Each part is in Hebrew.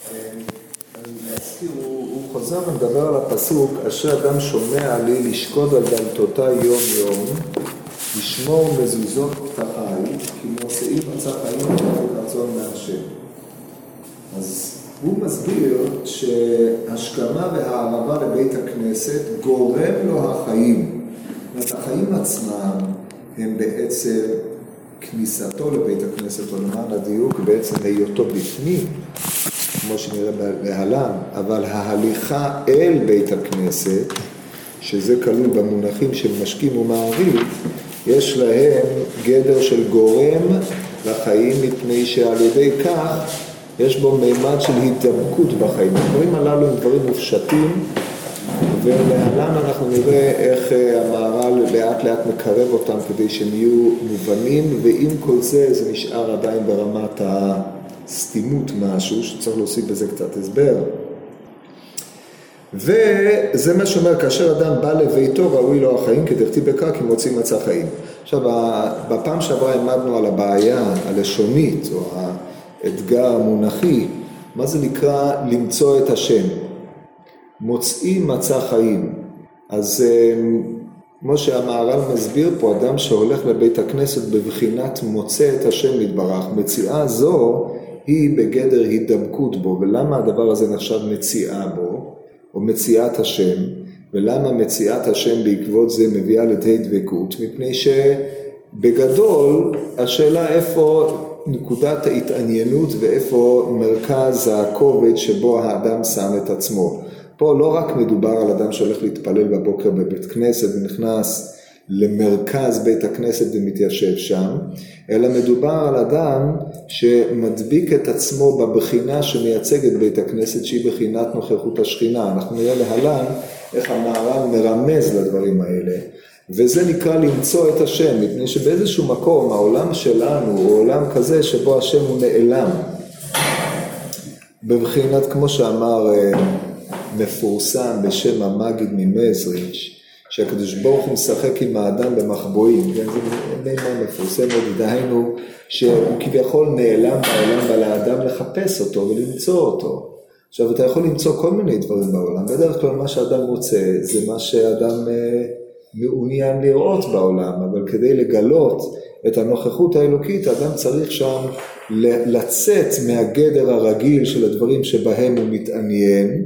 הוא חוזר ומדבר על הפסוק, אשר אדם שומע לי לשקוד על דלתותיי יום יום, לשמור מזוזות פתחי, כי מוציאים מצא חיים ורצון מהשם. אז הוא מסביר שהשכמה והערבה לבית הכנסת גורם לו החיים. החיים עצמם הם בעצם כניסתו לבית הכנסת, או למען הדיוק, בעצם היותו בפנים, כמו שנראה להלן, אבל ההליכה אל בית הכנסת, שזה כלול במונחים של משקים ומעריב, יש להם גדר של גורם לחיים, מפני שעל ידי כך יש בו מימד של התדבקות בחיים. הדברים הללו הם דברים מופשטים, ולהלן אנחנו נראה איך המהר"ל לאט לאט מקרב אותם כדי שהם יהיו מובנים, ועם כל זה זה נשאר עדיין ברמת הסתימות משהו, שצריך להוסיף בזה קצת הסבר. וזה מה שאומר, כאשר אדם בא לביתו ראוי לו החיים, כדכתיב בקרא כי מוצאים מצא חיים. עכשיו, בפעם שעברה עמדנו על הבעיה הלשונית, או האתגר המונחי, מה זה נקרא למצוא את השם? מוצאים מצא חיים. אז כמו שהמהר"ל מסביר פה, אדם שהולך לבית הכנסת בבחינת מוצא את השם יתברך, מציאה זו היא בגדר הידבקות בו. ולמה הדבר הזה נחשב מציאה בו, או מציאת השם? ולמה מציאת השם בעקבות זה מביאה לידי דבקות? מפני שבגדול השאלה איפה נקודת ההתעניינות ואיפה מרכז הכובד שבו האדם שם את עצמו. פה לא רק מדובר על אדם שהולך להתפלל בבוקר בבית כנסת ונכנס למרכז בית הכנסת ומתיישב שם, אלא מדובר על אדם שמדביק את עצמו בבחינה שמייצגת בית הכנסת, שהיא בחינת נוכחות השכינה. אנחנו נראה להלן איך המהר"ל מרמז לדברים האלה, וזה נקרא למצוא את השם, מפני שבאיזשהו מקום העולם שלנו הוא עולם כזה שבו השם הוא נעלם, בבחינת כמו שאמר מפורסם בשם המגיד ממזריץ', שהקדוש ברוך הוא משחק עם האדם במחבואים. זה מימון מפורסם מאוד, דהיינו שהוא כביכול נעלם בעולם, ועל האדם לחפש אותו ולמצוא אותו. עכשיו אתה יכול למצוא כל מיני דברים בעולם, בדרך כלל מה שאדם רוצה זה מה שאדם מעוניין לראות בעולם, אבל כדי לגלות את הנוכחות האלוקית האדם צריך שם לצאת מהגדר הרגיל של הדברים שבהם הוא מתעניין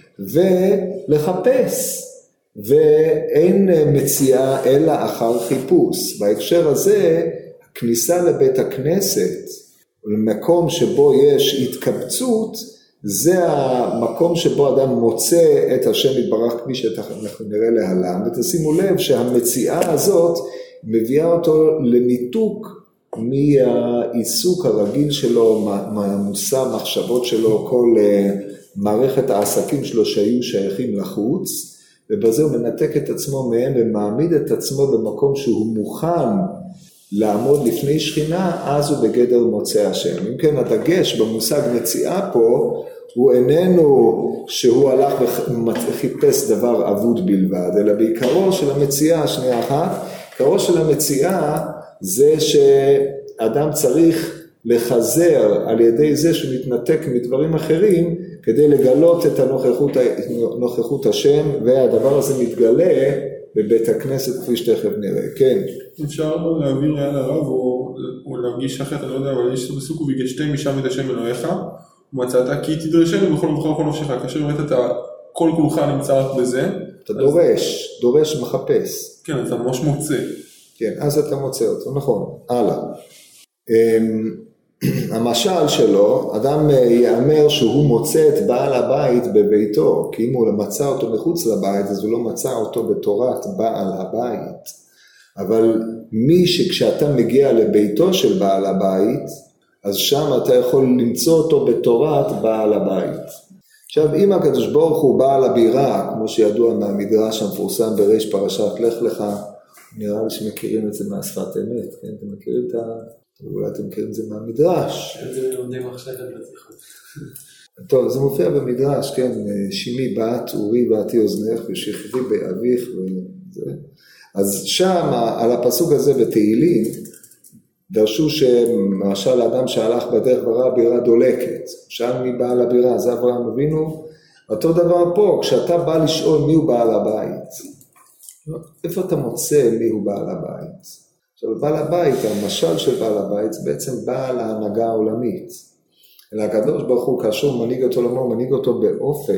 ולחפש, ואין מציאה אלא אחר חיפוש. בהקשר הזה הכניסה לבית הכנסת למקום שבו יש התקבצות, זה המקום שבו אדם מוצא את השם יתברך, כפי שאנחנו נראה להלן. ותשימו לב שהמציאה הזאת מביאה אותו לניתוק מהעיסוק הרגיל שלו, מהמושא המחשבות שלו, כל מערכת העסקים שלו שהיו שייכים לחוץ, ובזה הוא מנתק את עצמו מהם ומעמיד את עצמו במקום שהוא מוכן לעמוד לפני שכינה, אז הוא בגדר מוצא השם. אם כן, הדגש במושג מציאה פה הוא איננו שהוא הלך וחיפש דבר אבוד בלבד, אלא בעיקרו של המציאה, שנייה אחת, עיקרו של המציאה זה שאדם צריך לחזר על ידי זה שהוא מתנתק מדברים אחרים כדי לגלות את נוכחות השם, והדבר הזה מתגלה בבית הכנסת כפי שתכף נראה. כן. אפשר להעביר על הרב או להרגיש אחרת, אני לא יודע, אבל יש בסוג וביקשתם משם את השם אלוהיך ומצאת כי תדרשנו בכל נפשך. כאשר באמת אתה כל כולך נמצא רק בזה, אתה דורש מחפש. כן, אתה ממש מוצא. כן, אז אתה מוצא אותו, נכון. הלאה. המשל שלו, אדם יאמר שהוא מוצא את בעל הבית בביתו, כי אם הוא מצא אותו מחוץ לבית, אז הוא לא מצא אותו בתורת בעל הבית. אבל מי שכשאתה מגיע לביתו של בעל הבית, אז שם אתה יכול למצוא אותו בתורת בעל הבית. עכשיו, אם הקדוש ברוך הוא בעל הבירה, כמו שידוע מהמדרש המפורסם בראש פרשת לך לך, נראה לי שמכירים את זה מהשפת אמת, כן? אתם מכירים את אולי אתם מכירים את זה מהמדרש. זה לומדים עכשיו בזיכות. טוב, זה מופיע במדרש, כן? שימי בת, אורי באתי אוזנך, ושכבי באביך, וזה. אז שם, על הפסוק הזה בתהילים, דרשו שמשל האדם שהלך בדרך וראה בירה דולקת, שאל מי בעל הבירה, זה אברהם אבינו. אותו דבר פה, כשאתה בא לשאול מי הוא בעל הבית, איפה אתה מוצא מי הוא בעל הבית? עכשיו, בעל הבית, המשל של בעל הבית, זה בעצם בעל ההנהגה העולמית. אלא הקדוש ברוך הוא, כאשר הוא מנהיג את עולמו, הוא מנהיג אותו באופן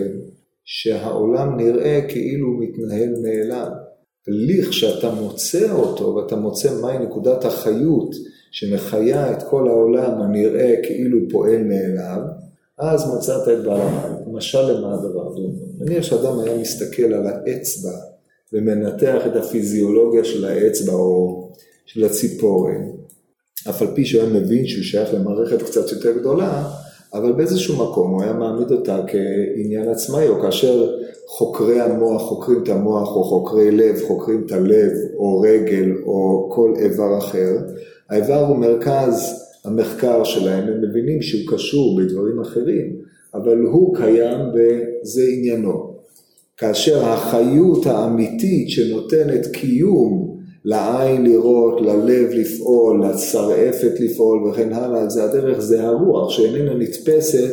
שהעולם נראה כאילו הוא מתנהל מאליו. וליך שאתה מוצא אותו, ואתה מוצא מהי נקודת החיות שמחיה את כל העולם הנראה כאילו פועל מאליו, אז מצאת את בעל הבית. למשל למה הדבר דומה? נניח שאדם היה מסתכל על האצבע, ומנתח את הפיזיולוגיה של האצבע או של הציפורן, אף על פי שהוא היה מבין שהוא שייך למערכת קצת יותר גדולה, אבל באיזשהו מקום הוא היה מעמיד אותה כעניין עצמאי, או כאשר חוקרי המוח חוקרים את המוח, או חוקרי לב חוקרים את הלב, או רגל, או כל איבר אחר, האיבר הוא מרכז המחקר שלהם, הם מבינים שהוא קשור בדברים אחרים, אבל הוא קיים וזה עניינו. כאשר החיות האמיתית שנותנת קיום לעין לראות, ללב לפעול, לשרעפת לפעול וכן הלאה, זה הדרך, זה הרוח שאיננה נתפסת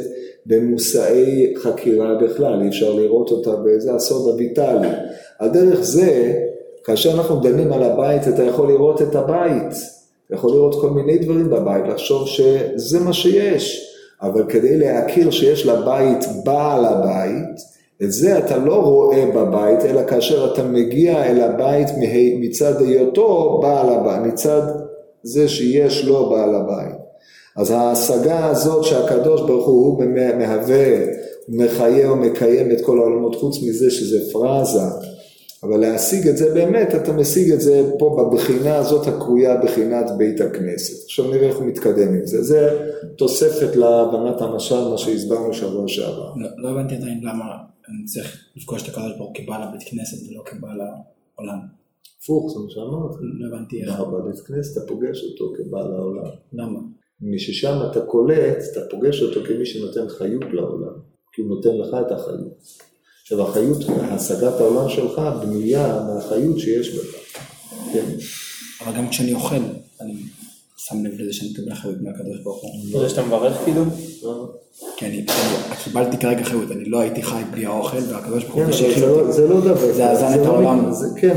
במושאי חקירה בכלל, אי אפשר לראות אותה וזה הסוד הויטלי. הדרך זה, כאשר אנחנו דנים על הבית, אתה יכול לראות את הבית, אתה יכול לראות כל מיני דברים בבית, לחשוב שזה מה שיש, אבל כדי להכיר שיש לבית בעל הבית, את זה אתה לא רואה בבית, אלא כאשר אתה מגיע אל הבית מצד היותו בעל הבית, מצד זה שיש לו בעל הבית. אז ההשגה הזאת שהקדוש ברוך הוא מהווה, מחיה ומקיים את כל העולמות, חוץ מזה שזה פרזה, אבל להשיג את זה באמת, אתה משיג את זה פה בבחינה הזאת הקרויה בחינת בית הכנסת. עכשיו נראה איך הוא מתקדם עם זה. זה תוספת להבנת המשל, מה שהסברנו שבוע שעבר. לא הבנתי עדיין למה אני צריך לפגוש את הקדוש ברוך הוא כבעל הבית כנסת ולא כבעל העולם. הפוך, זה מה שאמרת. לא הבנתי איך. בבית כנסת אתה פוגש אותו כבעל העולם. למה? מששם אתה קולט, אתה פוגש אותו כמי שנותן חיות לעולם, כי הוא נותן לך את החיות. עכשיו החיות, השגת העולם שלך בנויה מהחיות שיש בך. כן? אבל גם כשאני אוכל, אני שם לב לזה שאני מקבל חיות מהקדוש ברוך הוא. זה שאתה מברך כאילו? כי אני קיבלתי כרגע חיות, אני לא הייתי חי בלי האוכל, והקדוש ברוך הוא שהכיל אותי. זה לא דבר. זה עזן את העולם. כן,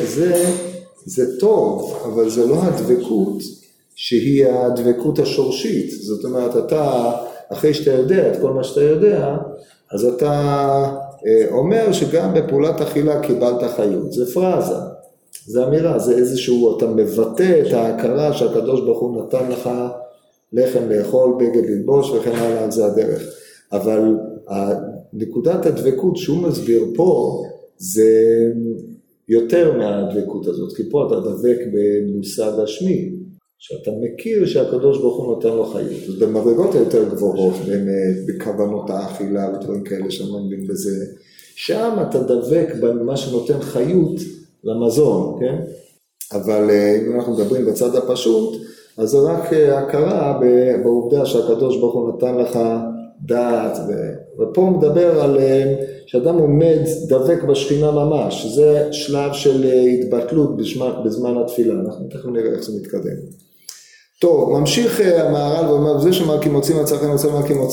זה טוב, אבל זה לא הדבקות שהיא הדבקות השורשית. זאת אומרת, אתה, אחרי שאתה יודע את כל מה שאתה יודע, אז אתה אומר שגם בפעולת אכילה קיבלת חיות. זה פרזה, זה אמירה, זה איזשהו, אתה מבטא את ההכרה שהקדוש ברוך הוא נתן לך לחם לאכול, בגד ללבוש וכן הלאה, זה הדרך. אבל נקודת הדבקות שהוא מסביר פה, זה יותר מהדבקות הזאת, כי פה אתה דבק במושג השמי, שאתה מכיר שהקדוש ברוך הוא נותן לו חיות. אז במדרגות היותר גבוהות, באמת, בכוונות האכילה ודברים כאלה שמנבין בזה, שם אתה דבק במה שנותן חיות למזון, כן? אבל אם אנחנו מדברים בצד הפשוט, אז זה רק הכרה בעובדה שהקדוש ברוך הוא נתן לך דעת, ופה הוא מדבר על שאדם עומד דבק בשכינה ממש, זה שלב של התבטלות בזמן התפילה, אנחנו תכף נראה איך זה מתקדם. טוב, ממשיך המהר"ל ואומר, זה שאמר כי מוצאים מצאכם מוצא אמר כי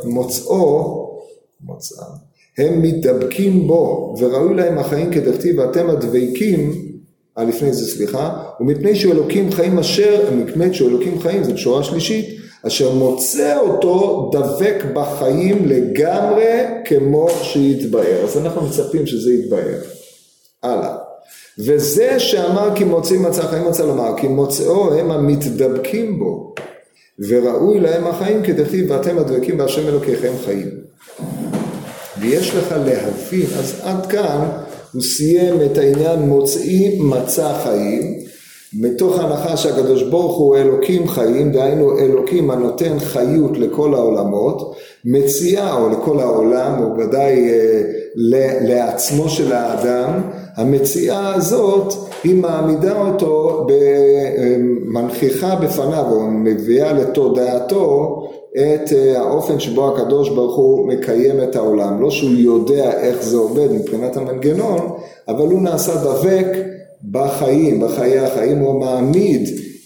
מוצאם, הם מתדבקים בו, וראוי להם החיים כדכתיב, ואתם הדבקים, לפני זה סליחה, ומפני שהוא אלוקים חיים מפני שהוא אלוקים חיים, זה בשורה שלישית, אשר מוצא אותו דבק בחיים לגמרי כמו שיתבאר. אז אנחנו מצפים שזה יתבאר. הלאה. וזה שאמר כי מוצאים מצא חיים מצא לומר, כי מוצאו הם המתדבקים בו, וראוי להם החיים כדכתיב, ואתם הדבקים בהשם אלוקיכם חיים. ויש לך להבין, אז עד כאן הוא סיים את העניין מוצאים מצא חיים, מתוך ההנחה שהקדוש ברוך הוא אלוקים חיים, דהיינו אלוקים הנותן חיות לכל העולמות, מציאה או לכל העולם, או ודאי לעצמו של האדם, המציאה הזאת היא מעמידה אותו, מנכיחה בפניו, או מביאה לתודעתו, את האופן שבו הקדוש ברוך הוא מקיים את העולם. לא שהוא יודע איך זה עובד מבחינת המנגנון, אבל הוא נעשה דבק בחיים, בחיי החיים, הוא מעמיד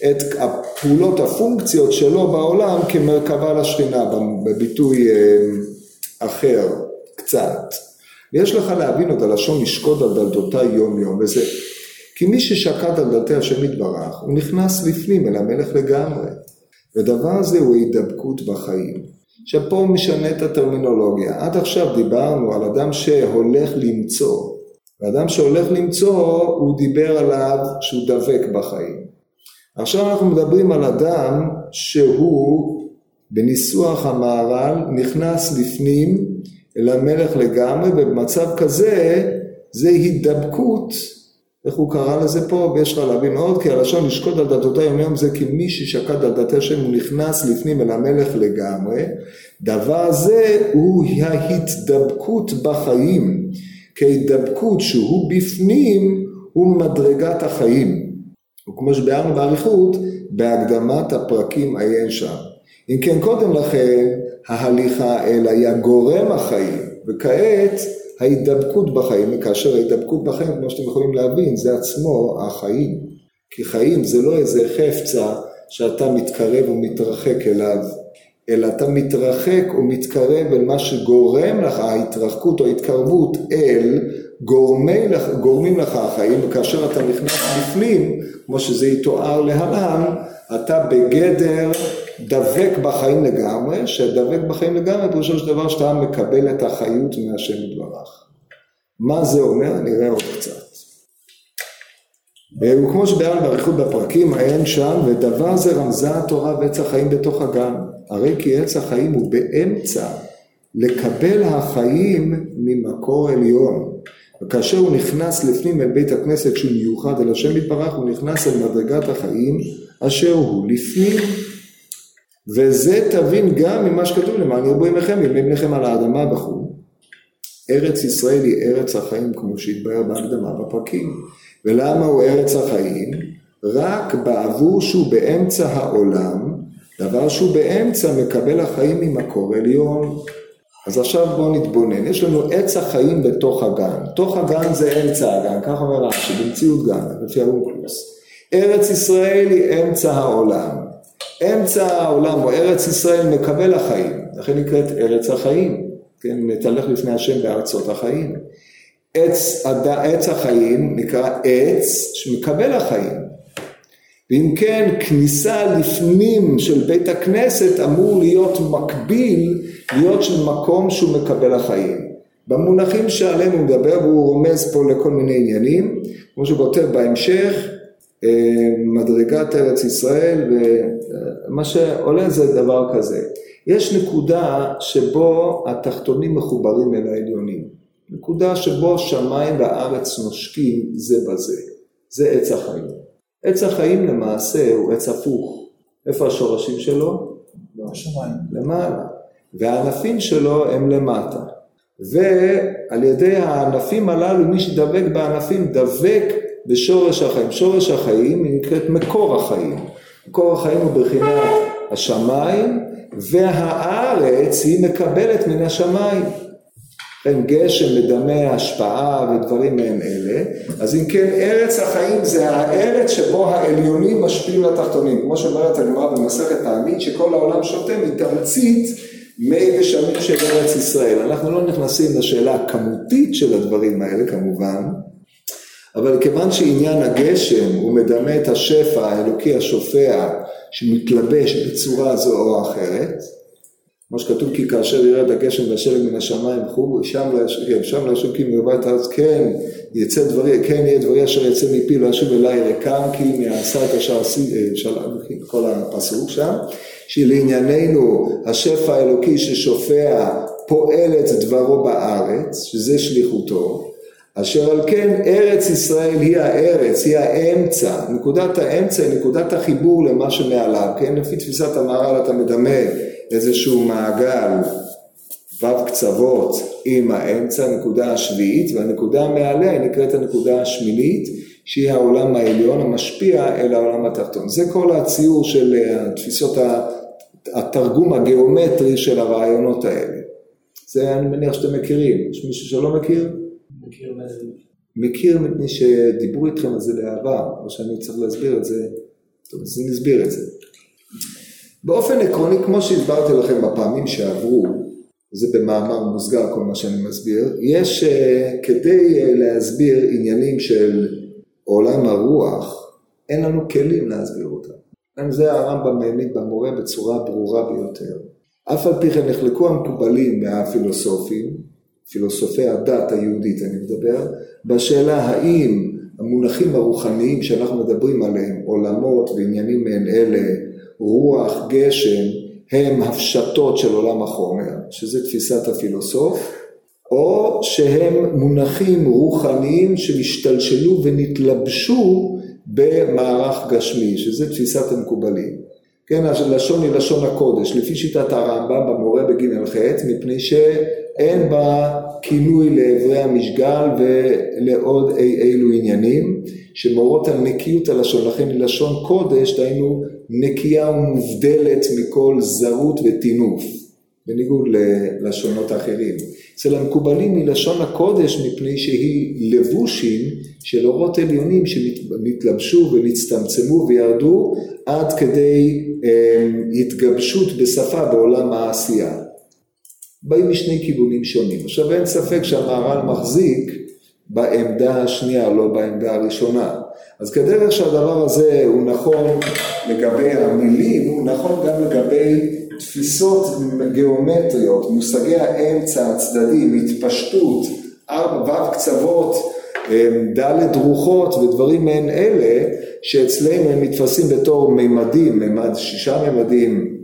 את הפעולות, הפונקציות שלו בעולם כמרכבה לשכינה, בביטוי אחר קצת. ויש לך להבין עוד הלשון לשקוד על דלתותי יום יום, וזה כי מי ששקד על דלתי השם יתברך, הוא נכנס לפנים אל המלך לגמרי. ודבר הזה הוא הידבקות בחיים. שפה הוא משנה את הטרמינולוגיה. עד עכשיו דיברנו על אדם שהולך למצוא. ואדם שהולך למצוא, הוא דיבר עליו שהוא דבק בחיים. עכשיו אנחנו מדברים על אדם שהוא בניסוח המהר"ל נכנס לפנים אל המלך לגמרי, ובמצב כזה זה הידבקות, איך הוא קרא לזה פה, ויש לך להבין עוד, כי הלשון לשקוד על דלתותי יום יום זה כי מי ששקד על דלתי השם הוא נכנס לפנים אל המלך לגמרי. דבר זה הוא ההתדבקות בחיים, כהידבקות שהוא בפנים הוא מדרגת החיים. וכמו שביארנו בעריכות, בהקדמת הפרקים עיין שם. אם כן קודם לכן ההליכה אל היה גורם החיים, וכעת ההידבקות בחיים, וכאשר ההידבקות בחיים, כמו שאתם יכולים להבין, זה עצמו החיים. כי חיים זה לא איזה חפצה שאתה מתקרב ומתרחק אליו, אלא אתה מתרחק ומתקרב אל מה שגורם לך, ההתרחקות או ההתקרבות אל גורמים לך החיים, וכאשר אתה נכנס בפנים, כמו שזה יתואר להלן, אתה בגדר דבק בחיים לגמרי, שדבק בחיים לגמרי, פירושו של דבר שאתה מקבל את החיות מהשם יתברך. מה זה אומר? נראה עוד קצת. וכמו שביארנו בעריכות בפרקים, עיין שם, ודבר זה רמזה התורה ועץ החיים בתוך הגן. הרי כי עץ החיים הוא באמצע לקבל החיים ממקור עליון. וכאשר הוא נכנס לפנים אל בית הכנסת שהוא מיוחד אל השם יתברך, הוא נכנס אל מדרגת החיים אשר הוא לפנים. וזה תבין גם ממה שכתוב למען ירבו ימיכם, ימי בניכם על האדמה וכו'. ארץ ישראל היא ארץ החיים כמו שהתבהר בהקדמה בפרקים. ולמה הוא ארץ החיים? רק בעבור שהוא באמצע העולם, דבר שהוא באמצע מקבל החיים ממקור עליון. אז עכשיו בואו נתבונן, יש לנו עץ החיים בתוך הגן, תוך הגן זה אמצע הגן, כך אומר רש"י, במציאות גן, לפי הרונקלוס. ארץ ישראל היא אמצע העולם, אמצע העולם או ארץ ישראל מקבל החיים, לכן נקראת ארץ החיים, כן, נתהלך לפני השם בארצות החיים. עץ החיים נקרא עץ שמקבל החיים, ואם כן כניסה לפנים של בית הכנסת אמור להיות מקביל, להיות של מקום שהוא מקבל החיים. במונחים שעליהם הוא מדבר, והוא רומז פה לכל מיני עניינים, כמו שהוא כותב בהמשך, מדרגת ארץ ישראל, ומה שעולה זה דבר כזה. יש נקודה שבו התחתונים מחוברים אל העליונים. נקודה שבו שמיים והארץ נושקים זה בזה. זה עץ החיים. עץ החיים למעשה הוא עץ הפוך. איפה השורשים שלו? בשמיים. למעלה. והענפים שלו הם למטה. ועל ידי הענפים הללו, מי שדבק בענפים דבק בשורש החיים. שורש החיים היא נקראת מקור החיים. מקור החיים הוא בחינת השמיים, והארץ היא מקבלת מן השמיים. גשם מדמה השפעה ודברים מהם אלה. אז אם כן, ארץ החיים זה הארץ שבו העליונים משפיעים לתחתונים. כמו שאומרת הגמרא במסכת תענית, שכל העולם שותה מתמצית מי גשמים של ארץ ישראל. אנחנו לא נכנסים לשאלה הכמותית של הדברים האלה כמובן, אבל כיוון שעניין הגשם הוא מדמה את השפע האלוקי השופע שמתלבש בצורה זו או אחרת, כמו שכתוב כי כאשר ירד הגשם והשלג מן השמיים וכו', שם להשוקים בבית הארץ, כן יצא דברי, כן יהיה דברי אשר יצא מפי לא ישוב אליי ריקם, כי מעשה את אשר כל הפסוק שם, שלענייננו השפע האלוקי ששופע פועל את דברו בארץ, שזה שליחותו, אשר על כן ארץ ישראל היא הארץ, היא האמצע, נקודת האמצע היא נקודת החיבור למה שמעליו, כן? לפי תפיסת המהר"ל אתה מדמה איזשהו מעגל וו קצוות עם האמצע, נקודה השביעית, והנקודה מעליה היא נקראת הנקודה השמינית, שהיא העולם העליון המשפיע אל העולם התחתון. זה כל הציור של התפיסות, התרגום הגיאומטרי של הרעיונות האלה. זה אני מניח שאתם מכירים. יש מישהו שלא מכיר? מכיר מפני שדיברו איתכם על זה לעבר, או שאני צריך להסביר את זה טוב, אז נסביר את זה. באופן עקרוני, כמו שהסברתי לכם בפעמים שעברו, זה במאמר מוסגר כל מה שאני מסביר, יש כדי להסביר עניינים של עולם הרוח, אין לנו כלים להסביר אותם. זה הרמב"ם העמיד במורה בצורה ברורה ביותר. אף על פי כן נחלקו המקובלים מהפילוסופים, פילוסופי הדת היהודית אני מדבר, בשאלה האם המונחים הרוחניים שאנחנו מדברים עליהם, עולמות ועניינים מעין אלה, רוח, גשם, הם הפשטות של עולם החומר, שזה תפיסת הפילוסוף, או שהם מונחים רוחניים שמשתלשלו ונתלבשו במערך גשמי, שזה תפיסת המקובלים. כן, הלשון היא לשון הקודש, לפי שיטת הרמב"ם במורה בג' ח', מפני שאין בה כינוי לעברי המשגל ולעוד אילו עניינים, שמורות על נקיות הלשון, לכן היא לשון קודש, דהיינו נקייה ומובדלת מכל זרות ותינוף, בניגוד ללשונות האחרים. אצל המקובלים היא לשון הקודש מפני שהיא לבושים של אורות עליונים שנתלבשו ונצטמצמו וירדו עד כדי התגבשות בשפה בעולם העשייה. באים משני כיוונים שונים. עכשיו אין ספק שהמהר"ל מחזיק בעמדה השנייה, לא בעמדה הראשונה. אז כדרך שהדבר הזה הוא נכון לגבי המילים, הוא נכון גם לגבי תפיסות גיאומטריות, מושגי האמצע, הצדדים, התפשטות, ו' קצוות, ד' רוחות ודברים מעין אלה, שאצלנו הם מתפסים בתור מימדים, מימד 6 מימדים,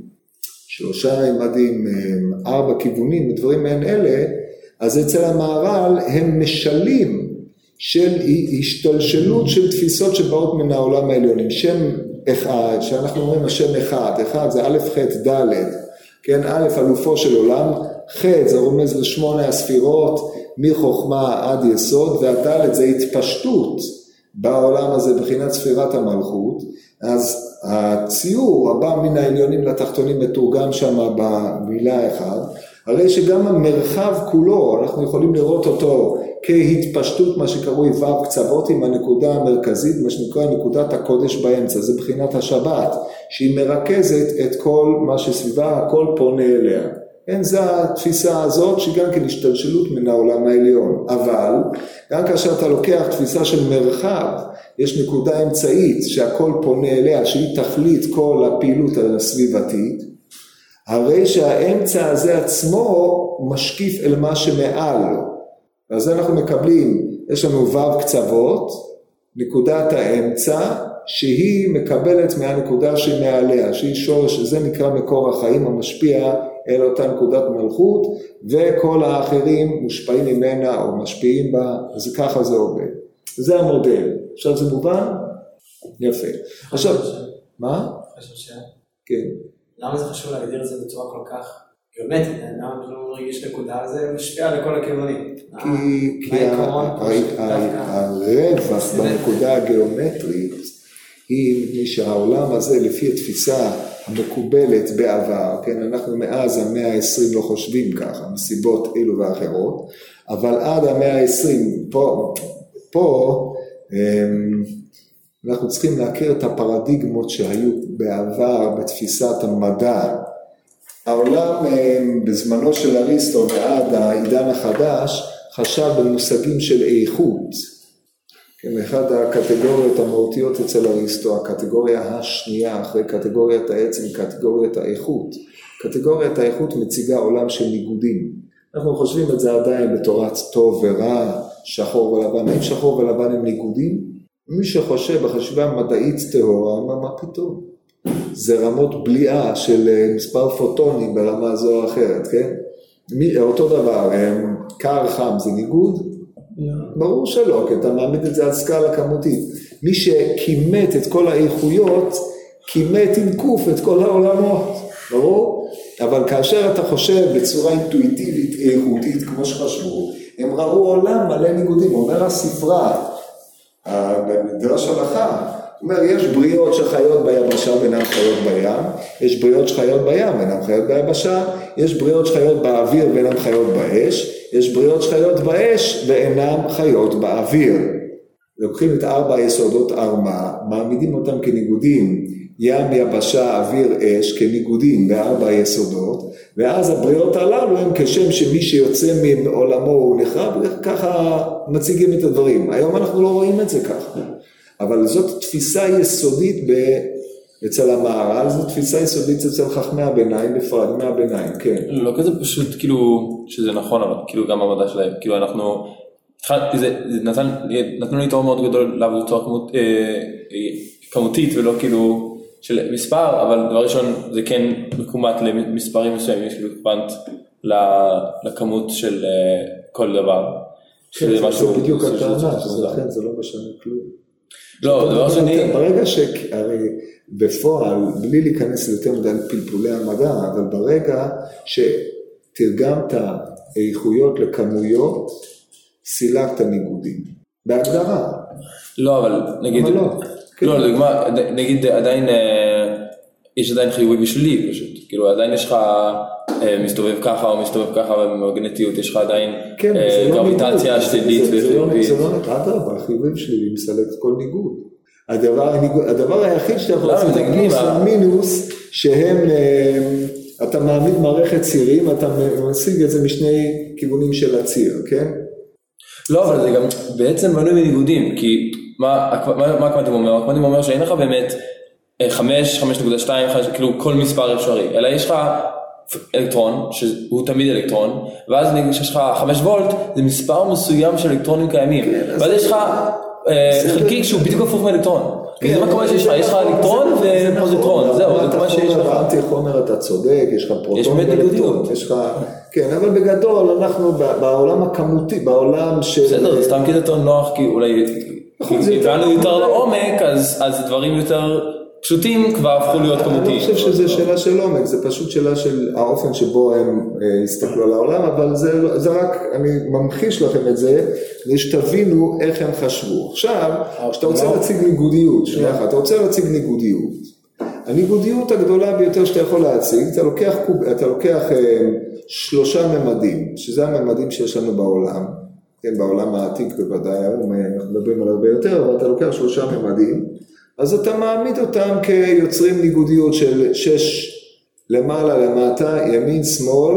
3 מימדים, 4 כיוונים, ודברים מעין אלה, אז אצל המהר"ל הם משלים של השתלשלות של תפיסות שבאות מן העולם העליונים, שם אחד, שאנחנו אומרים השם אחד, אחד זה א' ח' ד', כן, א' אלופו של עולם, ח' זה רומז ל8 הספירות, מחוכמה עד יסוד, והד' זה התפשטות בעולם הזה, בחינת ספירת המלכות, אז הציור הבא מן העליונים לתחתונים מתורגם שם במילה אחד, הרי שגם המרחב כולו, אנחנו יכולים לראות אותו כהתפשטות, מה שקרוי ו' קצוות עם הנקודה המרכזית, מה שנקרא נקודת הקודש באמצע, זה בחינת השבת, שהיא מרכזת את כל מה שסביבה, הכל פונה אליה. כן, זו התפיסה הזאת שגם כן השתלשלות מן העולם העליון, אבל גם כאשר אתה לוקח תפיסה של מרחב, יש נקודה אמצעית שהכל פונה אליה, שהיא תכלית כל הפעילות הסביבתית, הרי שהאמצע הזה עצמו משקיף אל מה שמעל לו. אז אנחנו מקבלים, יש לנו ו' קצוות, נקודת האמצע, שהיא מקבלת מהנקודה שמעליה, שהיא שורש, זה נקרא מקור החיים המשפיע אל אותה נקודת מלכות, וכל האחרים מושפעים ממנה או משפיעים בה, אז ככה זה עובד. זה המודל. עכשיו זה מובן? יפה. עכשיו, מה? כן. למה זה חשוב להגדיר את זה בצורה כל כך גיאומטרית? למה לא מרגיש נקודה? זה משפיע על כל הכיוונים. כי הרווח בנקודה הגיאומטרית היא שהעולם הזה לפי התפיסה המקובלת בעבר, כן, אנחנו מאז המאה ה-20 לא חושבים ככה, מסיבות אלו ואחרות, אבל עד המאה ה-20 פה אנחנו צריכים להכיר את הפרדיגמות שהיו בעבר בתפיסת המדע. העולם בזמנו של אריסטו ועד העידן החדש חשב במושגים של איכות. כן, אחד הקטגוריות המהותיות אצל אריסטו, הקטגוריה השנייה אחרי קטגוריית העצם, קטגוריית האיכות. קטגוריית האיכות מציגה עולם של ניגודים. אנחנו חושבים את זה עדיין בתורת טוב ורע, שחור ולבן. האם שחור ולבן הם ניגודים? מי שחושב בחשיבה מדעית טהורה, מה פתאום? זה רמות בליעה של מספר פוטונים ברמה זו או אחרת, כן? אותו דבר, קר חם זה ניגוד? ברור שלא, כי אתה מעמיד את זה על סקאלה כמותית. מי שכימת את כל האיכויות, כימת עם קוף את כל העולמות, ברור? אבל כאשר אתה חושב בצורה אינטואיטיבית, איכותית, כמו שחשבו, הם ראו עולם מלא ניגודים. אומר הספרה, במדרש הלכה, הוא אומר, יש בריאות שחיות ביבשה ואינן חיות בים, יש בריאות שחיות בים ואינן חיות ביבשה, יש בריאות שחיות באוויר ואינן חיות באש, יש בריאות שחיות באש ואינן חיות באוויר. לוקחים את 4 היסודות ארמה, מעמידים אותם כניגודים, ים, יבשה, אוויר, אש, כניגודים ב4 היסודות, ואז הבריאות הללו הם כשם שמי שיוצא מעולמו הוא נחרב, וככה מציגים את הדברים. היום אנחנו לא רואים את זה ככה, אבל זאת תפיסה יסודית אצל המהר"ל, זאת תפיסה יסודית אצל חכמי הביניים, בפרט מהביניים, כן. לא כזה פשוט כאילו שזה נכון, אבל כאילו גם המדע שלהם, כאילו אנחנו, נתנו לי תואר מאוד גדול לעבוד תואר כמותית ולא כאילו של מספר, אבל דבר ראשון זה כן מקומט למספרים מסוימים, יש כאילו קוונט לכמות של כל דבר. כן, זה בדיוק הטענה, לכן זה לא משנה כלום. לא, דבר שני... ברגע שהרי בפועל, בלי להיכנס ליותר מדי פלפולי המדע, אבל ברגע שתרגמת איכויות לכמויות, סילקת ניגודים. בהגדרה. לא, אבל נגיד... לא, לדוגמה, נגיד עדיין, יש עדיין חיובי בשלילי פשוט. כאילו עדיין יש לך מסתובב ככה או מסתובב ככה, ובמגנטיות יש לך עדיין גרביטציה שלילית וחיובית. זה לא נקרא דבר, חיובי בשלילי מסלק כל ניגוד. הדבר היחיד שאתה יכול לעשות פלוס ומינוס, שהם, אתה מעמיד מערכת צירים, אתה משיג את זה משני כיוונים של הציר, כן? לא, אבל זה גם בעצם בנוי מניגודים, כי מה הקוונטים אומר? הקוונטים אומר שאין לך באמת 5, 5.2, כאילו כל מספר אפשרי, אלא יש לך אלקטרון, שהוא תמיד אלקטרון, ואז נגיד שיש לך 5 וולט, זה מספר מסוים של אלקטרונים קיימים, ואז יש לך חלקיק שהוא בדיוק הפוך מאלקטרון. זה מה קורה שיש לך, יש לך אלקטרון ופוזיטרון, זהו, זה מה שיש לך. באנטי חומר אתה צודק, יש לך פרוטון ואלקטרון, יש לך, כן, אבל בגדול אנחנו בעולם הכמותי, בעולם של... בסדר, זה סתם כי זה יותר נוח, כי אולי הבנו יותר לעומק, אז דברים יותר פשוטים כבר הפכו להיות כמותיים. אני לא חושב שזה שאלה של עומק, זה פשוט שאלה של האופן שבו הם הסתכלו על העולם, אבל זה רק, אני ממחיש לכם את זה, כדי שתבינו איך הם חשבו. עכשיו, כשאתה רוצה להציג ניגודיות, אתה רוצה להציג ניגודיות. הניגודיות הגדולה ביותר שאתה יכול להציג, אתה לוקח 3 ממדים, שזה הממדים שיש לנו בעולם, כן, בעולם העתיק בוודאי, אנחנו מדברים על הרבה יותר, אבל אתה לוקח 3 ממדים, אז אתה מעמיד אותם כיוצרים ניגודיות של 6 למעלה למטה, ימין שמאל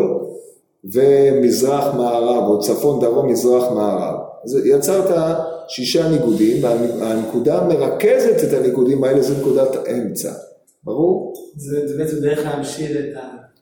ומזרח מערב, או צפון דרום מזרח מערב. אז יצרת 6 ניגודים, והנקודה מרכזת את הניגודים האלה, זה נקודת האמצע. ברור? זה בעצם דרך להמשיל את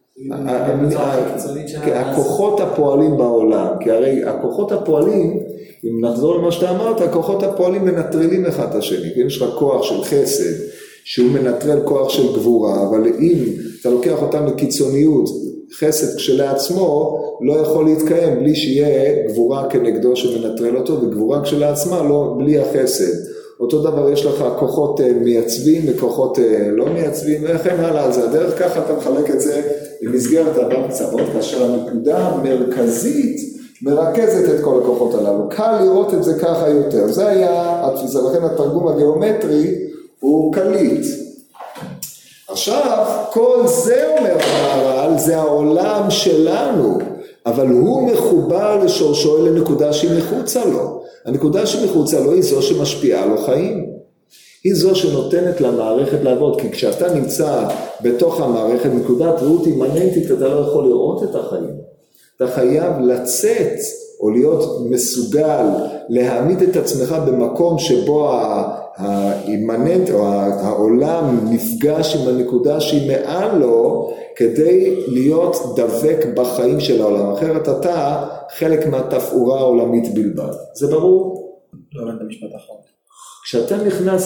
הכוחות הפועלים בעולם, כי הרי הכוחות הפועלים, אם נחזור למה שאתה אמרת, הכוחות הפועלים מנטרלים אחד את השני, כי יש לך כוח של חסד, שהוא מנטרל כוח של גבורה, אבל אם אתה לוקח אותם לקיצוניות, חסד כשלעצמו לא יכול להתקיים בלי שיהיה גבורה כנגדו שמנטרל אותו, וגבורה כשלעצמה לא, בלי החסד. אותו דבר יש לך כוחות מייצבים וכוחות לא מייצבים, וכן הלאה, על זה הדרך ככה אתה מחלק את זה במסגרת ארבע קצוות, כאשר הנקודה המרכזית מרכזת את כל הכוחות הללו. קל לראות את זה ככה יותר, זה היה התפיסה, לכן התרגום הגיאומטרי הוא קליט. עכשיו, כל זה אומר המהר"ל, זה העולם שלנו, אבל הוא מחובר לשורשו לנקודה שהיא מחוצה לו. הנקודה שמחוצה לו היא זו שמשפיעה לו חיים. היא זו שנותנת למערכת לעבוד, כי כשאתה נמצא בתוך המערכת, נקודת ראות אימננטית, אתה לא יכול לראות את החיים. אתה חייב לצאת, או להיות מסוגל, להעמיד את עצמך במקום שבו האימננט, או העולם נפגש עם הנקודה שהיא מעל לו, כדי להיות דבק בחיים של העולם. אחרת אתה חלק מהתפאורה העולמית בלבד. זה ברור? לא הבנת המשפט האחרון. כשאתה נכנס,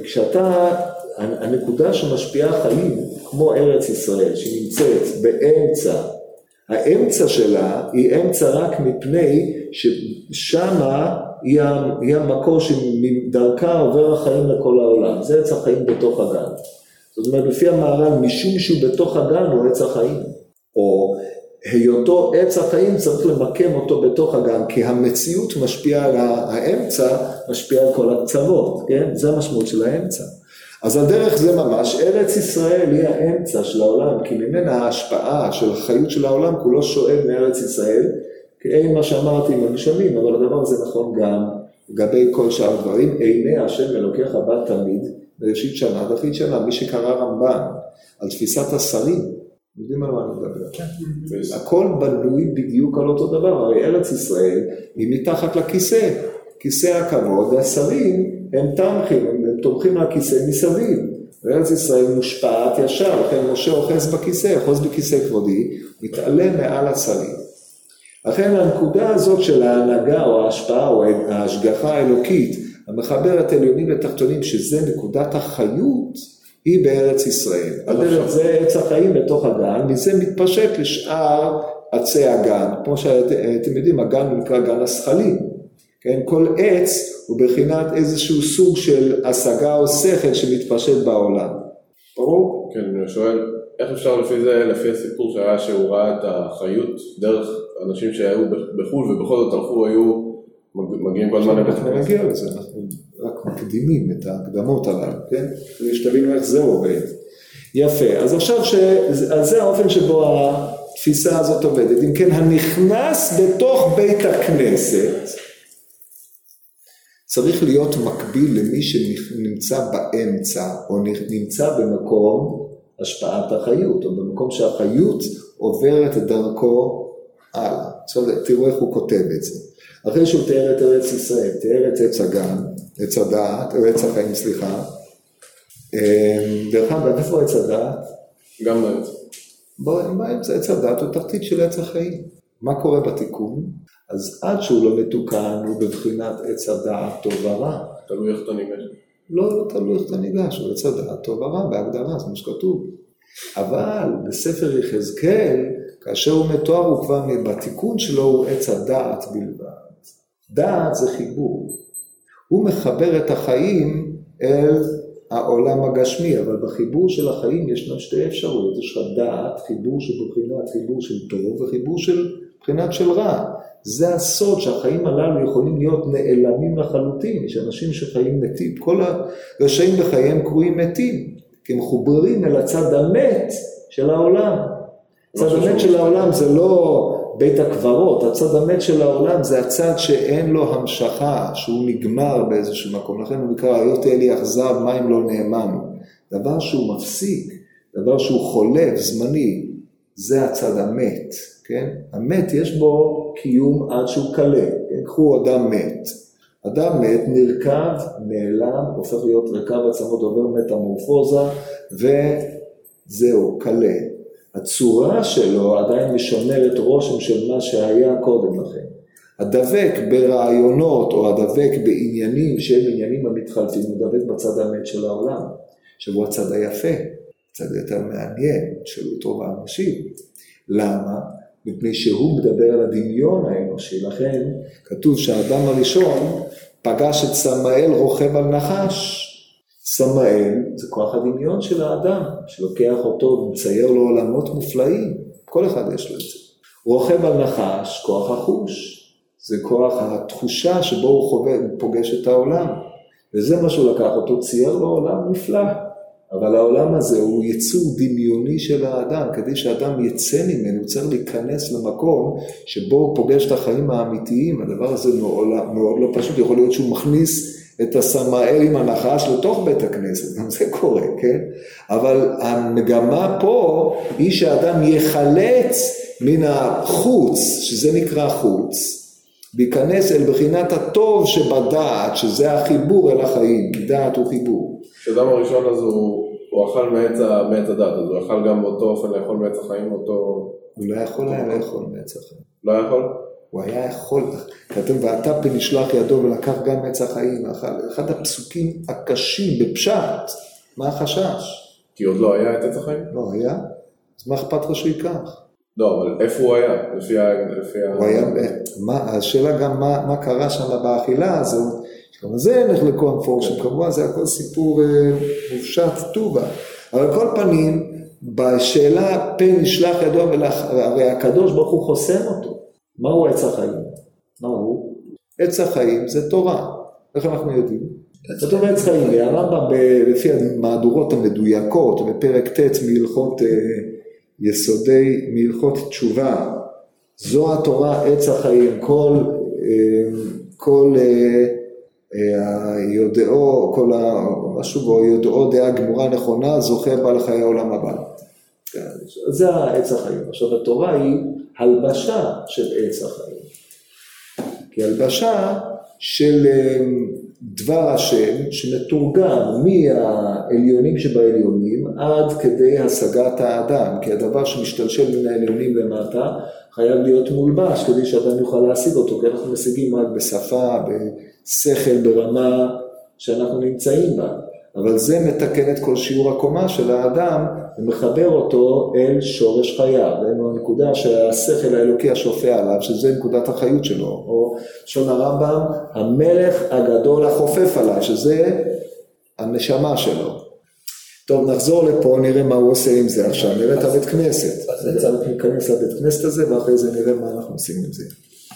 הנקודה שמשפיעה חיים, כמו ארץ ישראל, שנמצאת באמצע, האמצע שלה היא אמצע רק מפני ששמה היא המקור שמדרכה עובר החיים לכל העולם. זה עץ החיים בתוך הגן. זאת אומרת, לפי המהר"ל, משום שהוא בתוך הגן הוא עץ החיים. או היותו עץ החיים צריך למקם אותו בתוך הגן, כי המציאות משפיעה על האמצע, משפיעה על כל הקצוות, כן? זה המשמעות של האמצע. אז הדרך זה ממש, ארץ ישראל היא האמצע של העולם, כי ממנה ההשפעה של החיות של העולם כולו שואל מארץ ישראל, כי אין מה שאמרתי עם הגשמים, אבל הדבר הזה נכון גם לגבי כל שאר הדברים, עיני השם אלוקיך בא תמיד, בראשית שנה, דחית שנה, מי שקרא רמב"ן, על תפיסת השרים, יודעים על מה אני מדבר. הכל בנוי בדיוק על אותו דבר, הרי ארץ ישראל היא מתחת לכיסא, כיסא הכבוד, והשרים הם תמכים, הם תומכים לכיסא מסביב, וארץ ישראל מושפעת ישר, לכן משה אוחז בכיסא, אוחז בכיסא כבודי, מתעלה מעל השרים. לכן הנקודה הזאת של ההנהגה או ההשפעה או ההשגחה האלוקית, המחברת עליונים ותחתונים, שזה נקודת החיות, היא בארץ ישראל. הדרך זה עץ החיים בתוך הגן, מזה מתפשט לשאר עצי הגן. כמו שאתם יודעים, הגן נקרא גן השכלים. כן? כל עץ הוא בחינת איזשהו סוג של השגה או שכל שמתפשט בעולם. ברור? כן, אני שואל, איך אפשר לפי זה, לפי הסיפור שהיה שהוא ראה את החיות, דרך אנשים שהיו בחול ובכל זאת הלכו, היו מגיעים כל הזמן לבית הכנסת? אנחנו נגיע לזה, אנחנו רק מקדימים את ההקדמות הללו, כן? כדי שתבינו איך זה עובד. יפה, אז עכשיו אז זה האופן שבו התפיסה הזאת עובדת. אם כן, הנכנס בתוך בית הכנסת, צריך להיות מקביל למי שנמצא באמצע, או נמצא במקום השפעת החיות, או במקום שהחיות עוברת את דרכו הלאה. עכשיו תראו איך הוא כותב את זה. אחרי שהוא תיאר את ארץ ישראל, תיאר את עץ הגן, עץ הדעת, או עץ החיים, סליחה. דרך אגב, איפה עץ הדעת? גם באמצע. באמצע עץ הדעת הוא תחתית של עץ החיים. מה קורה בתיקון? אז עד שהוא לא מתוקן, הוא בבחינת עץ הדעת טוב ורע. תלוי איך אתה ניגש. לא תלוי איך אתה ניגש, הוא עץ הדעת טוב ורע, בהגדרה, זה מה שכתוב. אבל בספר יחזקאל, כאשר הוא מתואר, הוא כבר בתיקון שלו, הוא עץ הדעת בלבד. דעת זה חיבור. הוא מחבר את החיים אל העולם הגשמי, אבל בחיבור של החיים ישנם שתי אפשרויות. יש לך דעת, חיבור שבבחינת חיבור של טוב, וחיבור של בחינת של רע. זה הסוד שהחיים הללו יכולים להיות נעלמים לחלוטין. יש אנשים שחיים מתים, כל הרשעים בחייהם קרויים מתים, כי הם חוברים אל הצד המת של העולם. הצד המת של העולם זה לא בית הקברות, הצד המת של העולם זה הצד שאין לו המשכה, שהוא נגמר באיזשהו מקום, לכן הוא נקרא, היות אלי אכזב, מים לא נאמנו. דבר שהוא מפסיק, דבר שהוא חולף, זמני, זה הצד המת, כן? המת יש בו קיום עד שהוא קלה, כן? קחו אדם מת. אדם מת, נרכב, נעלם, הופך להיות רכב עצמות, עובר מטמורפוזה, וזהו, קלה. הצורה שלו עדיין משמרת רושם של מה שהיה קודם לכן. הדבק ברעיונות או הדבק בעניינים שהם עניינים המתחלפים, הוא דבק בצד האמת של העולם, שהוא הצד היפה, צד יותר מעניין, שלו טוב האנשים. למה? מפני שהוא מדבר על הדמיון האנושי, לכן כתוב שהאדם הראשון פגש את סמאל רוכב על נחש. סמאל זה כוח הדמיון של האדם, שלוקח אותו ומצייר לו עולמות מופלאים, כל אחד יש לו את זה. רוכב על נחש, כוח החוש, זה כוח התחושה שבו הוא פוגש את העולם, וזה מה שהוא לקח אותו, צייר לו עולם נפלא, אבל העולם הזה הוא יצור דמיוני של האדם, כדי שהאדם יצא ממנו, צריך להיכנס למקום שבו הוא פוגש את החיים האמיתיים, הדבר הזה מאוד לא פשוט, יכול להיות שהוא מכניס את הסמאל עם הנחש לתוך בית הכנסת, גם זה קורה, כן? אבל המגמה פה היא שהאדם יחלץ מן החוץ, שזה נקרא חוץ, להיכנס אל בחינת הטוב שבדעת, שזה החיבור אל החיים, כי דעת הוא חיבור. כשאדם הראשון אז הוא אכל מעץ הדעת, אז הוא אכל גם באותו אופן לאכול מעץ החיים, אותו... הוא לא יכול היה לאכול מעץ החיים. לא יכול? הוא היה יכול, כתוב, ואתה פן ישלח ידו ולקח גם מעץ החיים, אחד הפסוקים הקשים בפשט, מה החשש? כי עוד לא היה את עץ החיים? לא היה, אז מה אכפת לו שהוא ייקח? לא, אבל איפה הוא היה? לפי הוא היה, השאלה גם מה קרה שם באכילה הזו, גם זה נחלקו המפורשים, כמובן זה הכל סיפור מופשט טובה, אבל כל פנים, בשאלה פן ישלח ידו, הרי הקדוש ברוך הוא חוסם אותו, מהו עץ החיים? מהו? עץ החיים זה תורה. איך אנחנו יודעים? זאת אומרת עץ חיים, הרמב"ם לפי המהדורות המדויקות, בפרק ט' מהלכות יסודי, מהלכות תשובה, זו התורה עץ החיים, כל יודעו, כל משהו בו, יודעו דעה גמורה נכונה, זוכה בעל חיי העולם הבא. זה העץ החיים. עכשיו, התורה היא הלבשה של עץ החיים. כי הלבשה של דבר השם, שמתורגם מהעליונים שבעליונים, עד כדי השגת האדם. כי הדבר שמשתלשל מן העליונים למטה, חייב להיות מולבש, כדי שאדם יוכל להשיג אותו, כי אנחנו משיגים רק בשפה, בשכל, ברמה שאנחנו נמצאים בה. אבל זה מתקן את כל שיעור הקומה של האדם, ומחבר אותו אל שורש חייו. ואינו הנקודה שהשכל האלוקי השופע עליו, שזה נקודת החיות שלו. או שון הרמב"ם, המלך הגדול החופף עליו, שזה הנשמה שלו. טוב, נחזור לפה, נראה מה הוא עושה עם זה עכשיו. נראה את הבית כנסת. אז ניכנס לבית כנסת הזה, ואחרי זה נראה מה אנחנו עושים עם זה.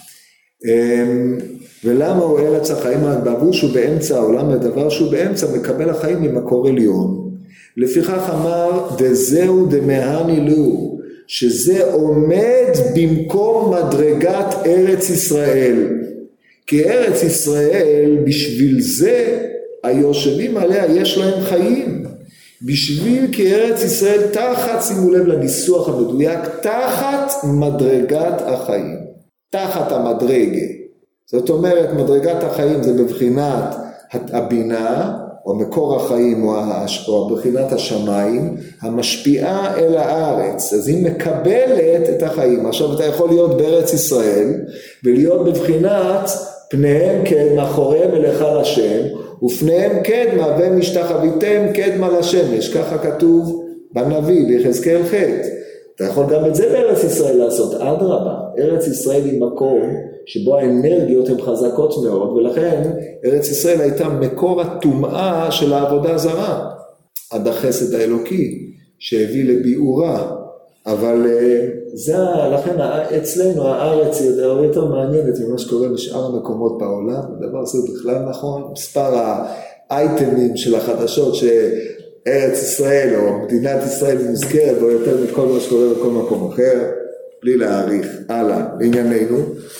ולמה הוא ארץ החיים בעבור שהוא באמצע העולם, הדבר שהוא באמצע מקבל החיים ממקור עליון. לפיכך אמר דזהו דמהני לו, שזה עומד במקום מדרגת ארץ ישראל. כי ארץ ישראל בשביל זה היושבים עליה יש להם חיים. בשביל כי ארץ ישראל תחת, שימו לב לניסוח המדויק, תחת מדרגת החיים. תחת המדרגה. זאת אומרת, מדרגת החיים זה בבחינת הבינה, או מקור החיים, או בבחינת השמיים, המשפיעה אל הארץ. אז היא מקבלת את החיים. עכשיו אתה יכול להיות בארץ ישראל, ולהיות בבחינת פניהם קדמה, מאחוריהם אליך לשם, ופניהם קדמה, ומשתחוויתם קדמה לשמש. ככה כתוב בנביא, ביחזקאל ח'. אתה יכול גם את זה בארץ ישראל לעשות, אדרבה. ארץ ישראל היא מקום שבו האנרגיות הן חזקות מאוד, ולכן ארץ ישראל הייתה מקור הטומאה של העבודה זרה, עד החסד האלוקי שהביא לביאורה. אבל זה, לכן אצלנו הארץ היא יותר מעניינת ממה שקורה בשאר המקומות בעולם. הדבר הזה בכלל נכון, מספר האייטמים של החדשות ארץ ישראל או מדינת ישראל מוזכרת בו יותר מכל מה שקורה בכל מקום אחר, בלי להעריך. הלאה, לענייננו.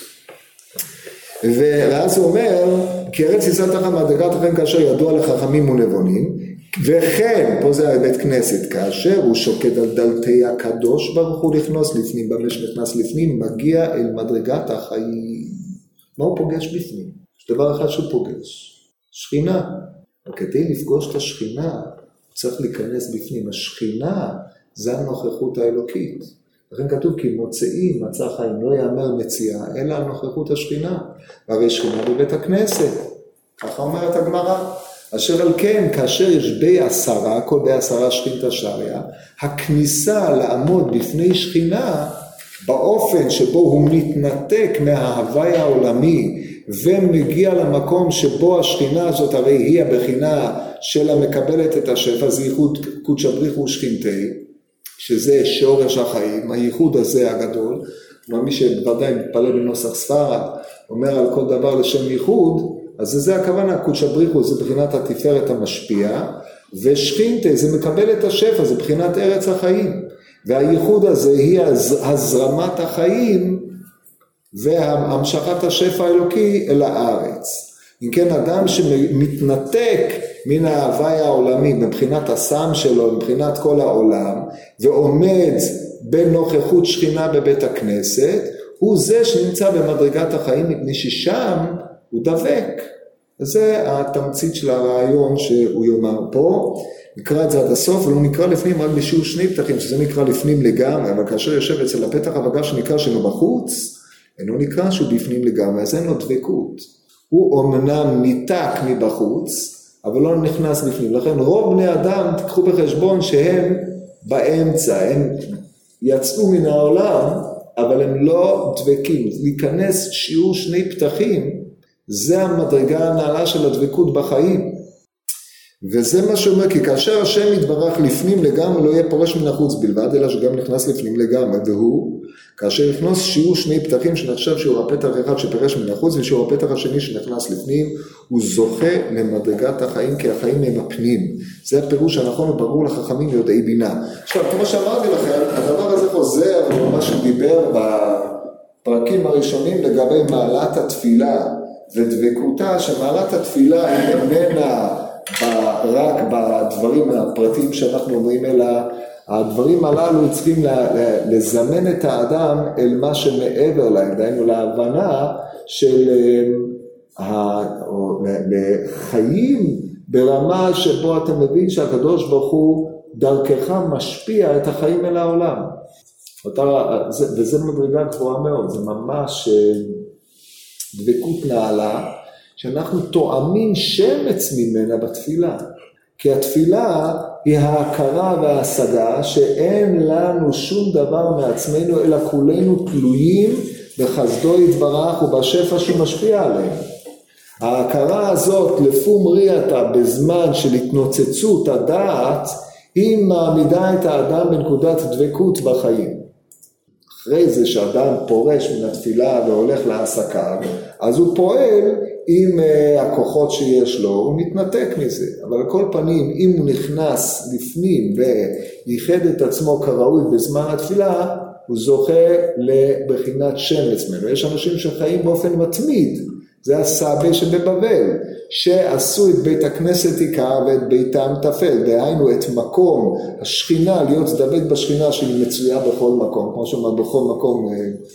ואז הוא אומר, כי ארץ ישראל תחת מדרגת החיים כאשר ידוע לחכמים ונבונים, וכן, פה זה בית כנסת, כאשר הוא שוקד על דלתי הקדוש ברוך הוא לכנוס לפנים, במה שנכנס לפנים, מגיע אל מדרגת החיים. מה הוא פוגש בפנים? יש דבר אחד שהוא פוגש, שכינה. וכדי לפגוש את השכינה, צריך להיכנס בפנים. השכינה זה הנוכחות האלוקית. לכן כתוב כי מוצאים מצא חיים, לא יאמר מציאה, אלא הנוכחות השכינה. והרי שכינה בבית הכנסת. ככה אומרת הגמרא. אשר על כן, כאשר יש ב10, כל ב10 שכינתא שריא, הכניסה לעמוד בפני שכינה, באופן שבו הוא מתנתק מההווי העולמי, ומגיע למקום שבו השכינה הזאת, הרי היא הבחינה של המקבלת את השפע, זה ייחוד קודשא בריך הוא שכינתי, שזה שורש החיים, הייחוד הזה הגדול, כמו מי שבוודאי מתפלל בנוסח ספרד, אומר על כל דבר לשם ייחוד, אז זה הכוונה, קודשא בריך הוא, זה בחינת התפארת המשפיע, ושכינתי זה מקבל את השפע, זה בחינת ארץ החיים, והייחוד הזה היא הזרמת החיים, והמשכת השפע האלוקי אל הארץ. אם כן, אדם שמתנתק מן ההווי העולמי, מבחינת הסם שלו, מבחינת כל העולם, ועומד בנוכחות שכינה בבית הכנסת, הוא זה שנמצא במדרגת החיים, מפני ששם הוא דבק. וזה התמצית של הרעיון שהוא יאמר פה. נקרא את זה עד הסוף, אבל הוא נקרא לפנים רק בשיעור שני פתחים, שזה נקרא לפנים לגמרי, אבל כאשר יושב אצל הפתח הבגש שנקרא שלו בחוץ, אינו נקרא שהוא בפנים לגמרי, אז אין לו דבקות. הוא אומנם ניתק מבחוץ, אבל לא נכנס בפנים. לכן רוב בני אדם, תקחו בחשבון שהם באמצע, הם יצאו מן העולם, אבל הם לא דבקים. להיכנס שיעור שני פתחים, זה המדרגה הנעלה של הדבקות בחיים. וזה מה שאומר, כי כאשר השם יתברך לפנים לגמרי, לא יהיה פורש מן החוץ בלבד, אלא שגם נכנס לפנים לגמרי, והוא, כאשר יכנוס שיעור שני פתחים, שנחשב שיעור הפתח אחד שפרש מן החוץ, ושיעור הפתח השני שנכנס לפנים, הוא זוכה למדרגת החיים, כי החיים הם הפנים. זה הפירוש הנכון וברור לחכמים יודעי בינה. עכשיו, כמו שאמרתי לכם, הדבר הזה חוזר, ומה שדיבר בפרקים הראשונים לגבי מעלת התפילה, ודבקותה שמעלת התפילה היא איננה רק בדברים הפרטיים שאנחנו אומרים, אלא הדברים הללו צריכים לזמן את האדם אל מה שמעבר להם, דהיינו להבנה של לחיים ברמה שבו אתה מבין שהקדוש ברוך הוא דרכך משפיע את החיים אל העולם. וזה מדרגה גבוהה מאוד, זה ממש דבקות נעלה, שאנחנו תואמים שמץ ממנה בתפילה. כי התפילה היא ההכרה וההשגה שאין לנו שום דבר מעצמנו, אלא כולנו תלויים בחסדו יתברך ובשפע שמשפיע עליהם. ההכרה הזאת לפום ריאתה בזמן של התנוצצות הדעת, היא מעמידה את האדם בנקודת דבקות בחיים. אחרי זה שאדם פורש מן התפילה והולך לעסקיו, אז הוא פועל עם הכוחות שיש לו, הוא מתנתק מזה. אבל על כל פנים, אם הוא נכנס לפנים וייחד את עצמו כראוי בזמן התפילה, הוא זוכה לבחינת שמץ ממנו. יש אנשים שחיים באופן מתמיד, זה הסבא שבבבל, שעשו את בית הכנסת עיקר ואת ביתם תפל, דהיינו את מקום השכינה, להיות דבק בשכינה שהיא מצויה בכל מקום, כמו שאומר בכל מקום,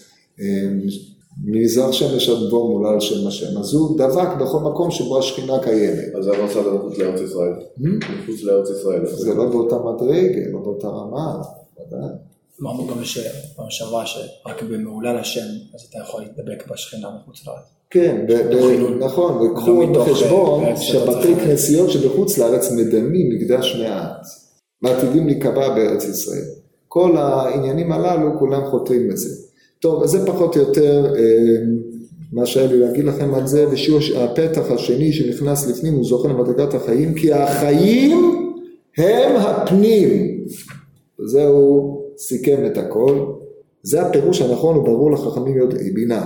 מזרח שמש עד בור מולה על שם השם, אז הוא דבק בכל מקום שבו השכינה קיימת. אז זה לא עושה מחוץ לארץ ישראל. מחוץ לארץ ישראל. זה לא באותה מדרגה, לא באותה רמה, ודאי. אמרנו גם במחשבה שרק במעולה לשם, אז אתה יכול להתדבק בשכינה מחוץ לארץ. כן, נכון, וקחו בחשבון שבתי כנסיות שבחוץ לארץ מדמים מקדש מעט, ועתידים להיקבע בארץ ישראל. כל העניינים הללו כולם חותרים לזה. טוב, אז זה פחות או יותר מה שהיה לי להגיד לכם על זה, ושיעור הפתח השני שנכנס לפנים הוא זוכה למדרגת החיים, כי החיים הם הפנים. זהו סיכם את הכל. זה הפירוש הנכון וברור לחכמים יודעי בינה.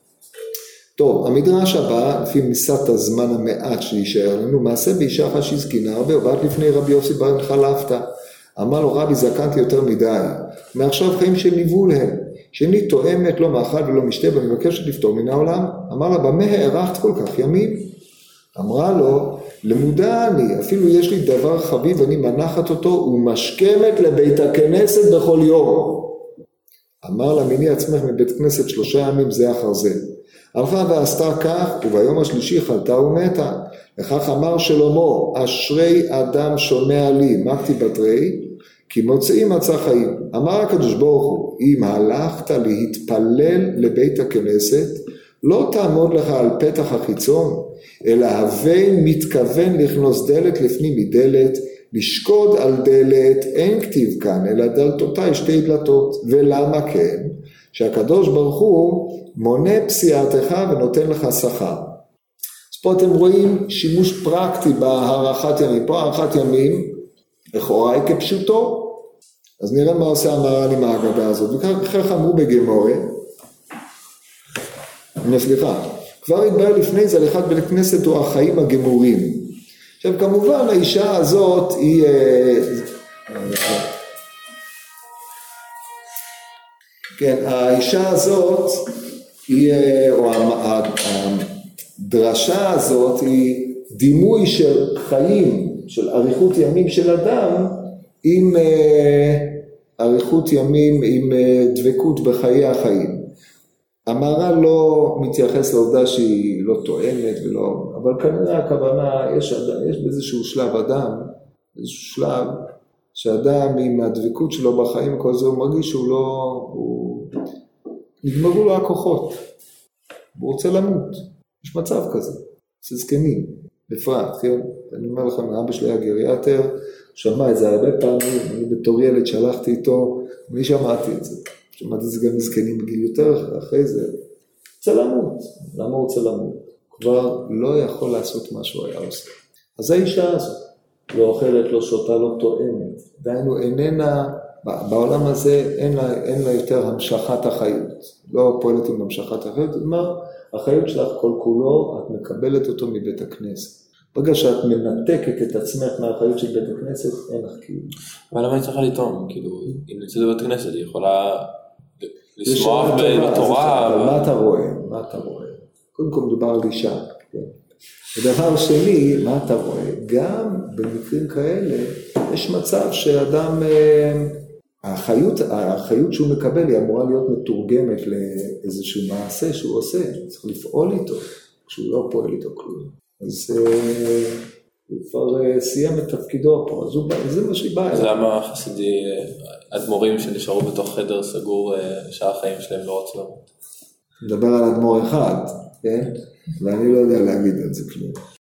טוב, המדרש הבא, לפי מיסת הזמן המעט שישאר לנו, מעשה באישה אחת שהזקינה הרבה, ובאת לפני רבי יוסי בר חלפתא. אמר לו, רבי זקנתי יותר מדי, מעכשיו חיים שניבאו להם, שאני תואמת לא מאכל ולא משתה, ואני מבקשת לפתור מן העולם. אמר לה, במה הארכת כל כך ימים? אמרה לו, למודע אני, אפילו יש לי דבר חביב, אני מנחת אותו ומשכמת לבית הכנסת בכל יום. אמר לה, מיני עצמך מבית כנסת 3 ימים זה אחר זה. הלכה ועשתה כך, וביום השלישי חלתה ומתה. לכך אמר שלמה, אשרי אדם שומע לי, מקתי בתרי, כי מוצאים מצא חיים. אמר הקדוש ברוך הוא, אם הלכת להתפלל לבית הכנסת, לא תעמוד לך על פתח החיצון, אלא הווי מתכוון לכנוס דלת לפנים מדלת, לשקוד על דלת, אין כתיב כאן, אלא דלתותיי 2 דלתות. ולמה כן? שהקדוש ברוך הוא מונה פסיעתך ונותן לך שכר. אז פה אתם רואים שימוש פרקטי בהארכת ימים. פה הארכת ימים, לכאורה היא כפשוטו. אז נראה מה עושה המהר"ל עם ההגדה הזאת. וכך אמרו בגמורה, סליחה, כבר התבהר לפני זה הליכת בית כנסת הוא החיים הגמורים. עכשיו כמובן האישה הזאת היא... כן, האישה הזאת היא, או הדרשה הזאת היא דימוי של חיים, של אריכות ימים של אדם, עם אריכות ימים, עם דבקות בחיי החיים. המהר"ל לא מתייחס לעובדה שהיא לא טוענת ולא, אבל כנראה הכוונה, יש באיזשהו שלב אדם, איזשהו שלב, שאדם עם הדבקות שלו בחיים כל זה, הוא מרגיש שהוא לא, נגמרו לו הכוחות, הוא רוצה למות, יש מצב כזה, זה זקנים, בפרט, כן? אני אומר לכם, אבא שלי היה גריאטר, שמע את זה הרבה פעמים, אני בתור ילד שלחתי איתו, אני שמעתי את זה, שמעתי את זה גם מזקנים בגיל יותר, אחרי זה, רוצה למות, למה הוא רוצה למות? כבר לא יכול לעשות מה שהוא היה עושה, אז האישה הזאת, לא אוכלת, לא שותה, לא טועמת, דהיינו איננה, בעולם הזה אין לה יותר המשכת החיות, לא פועלת עם המשכת החיות, זאת אומרת, החיות שלך כל כולו, את מקבלת אותו מבית הכנסת. ברגע שאת מנתקת את עצמך מהחיות של בית הכנסת, אין לך כאילו. אבל למה היא צריכה לטעום? כאילו, אם נצא לבית הכנסת, היא יכולה לשמוח בתורה. אבל מה אתה רואה? קודם כל מדובר על אישה. כן? ודבר שני, מה אתה רואה? גם במקרים כאלה, יש מצב שאדם, האחריות שהוא מקבל היא אמורה להיות מתורגמת לאיזשהו מעשה שהוא עושה, צריך לפעול איתו, כשהוא לא פועל איתו כלום. אז הוא כבר סיים את תפקידו פה, אז זה מה שהיא באה. אז למה חסידי, אדמו"רים שנשארו בתוך חדר סגור, שעה החיים שלהם לא רצו למות? מדבר על אדמו"ר אחד, כן? ואני לא יודע להגיד על זה כלום.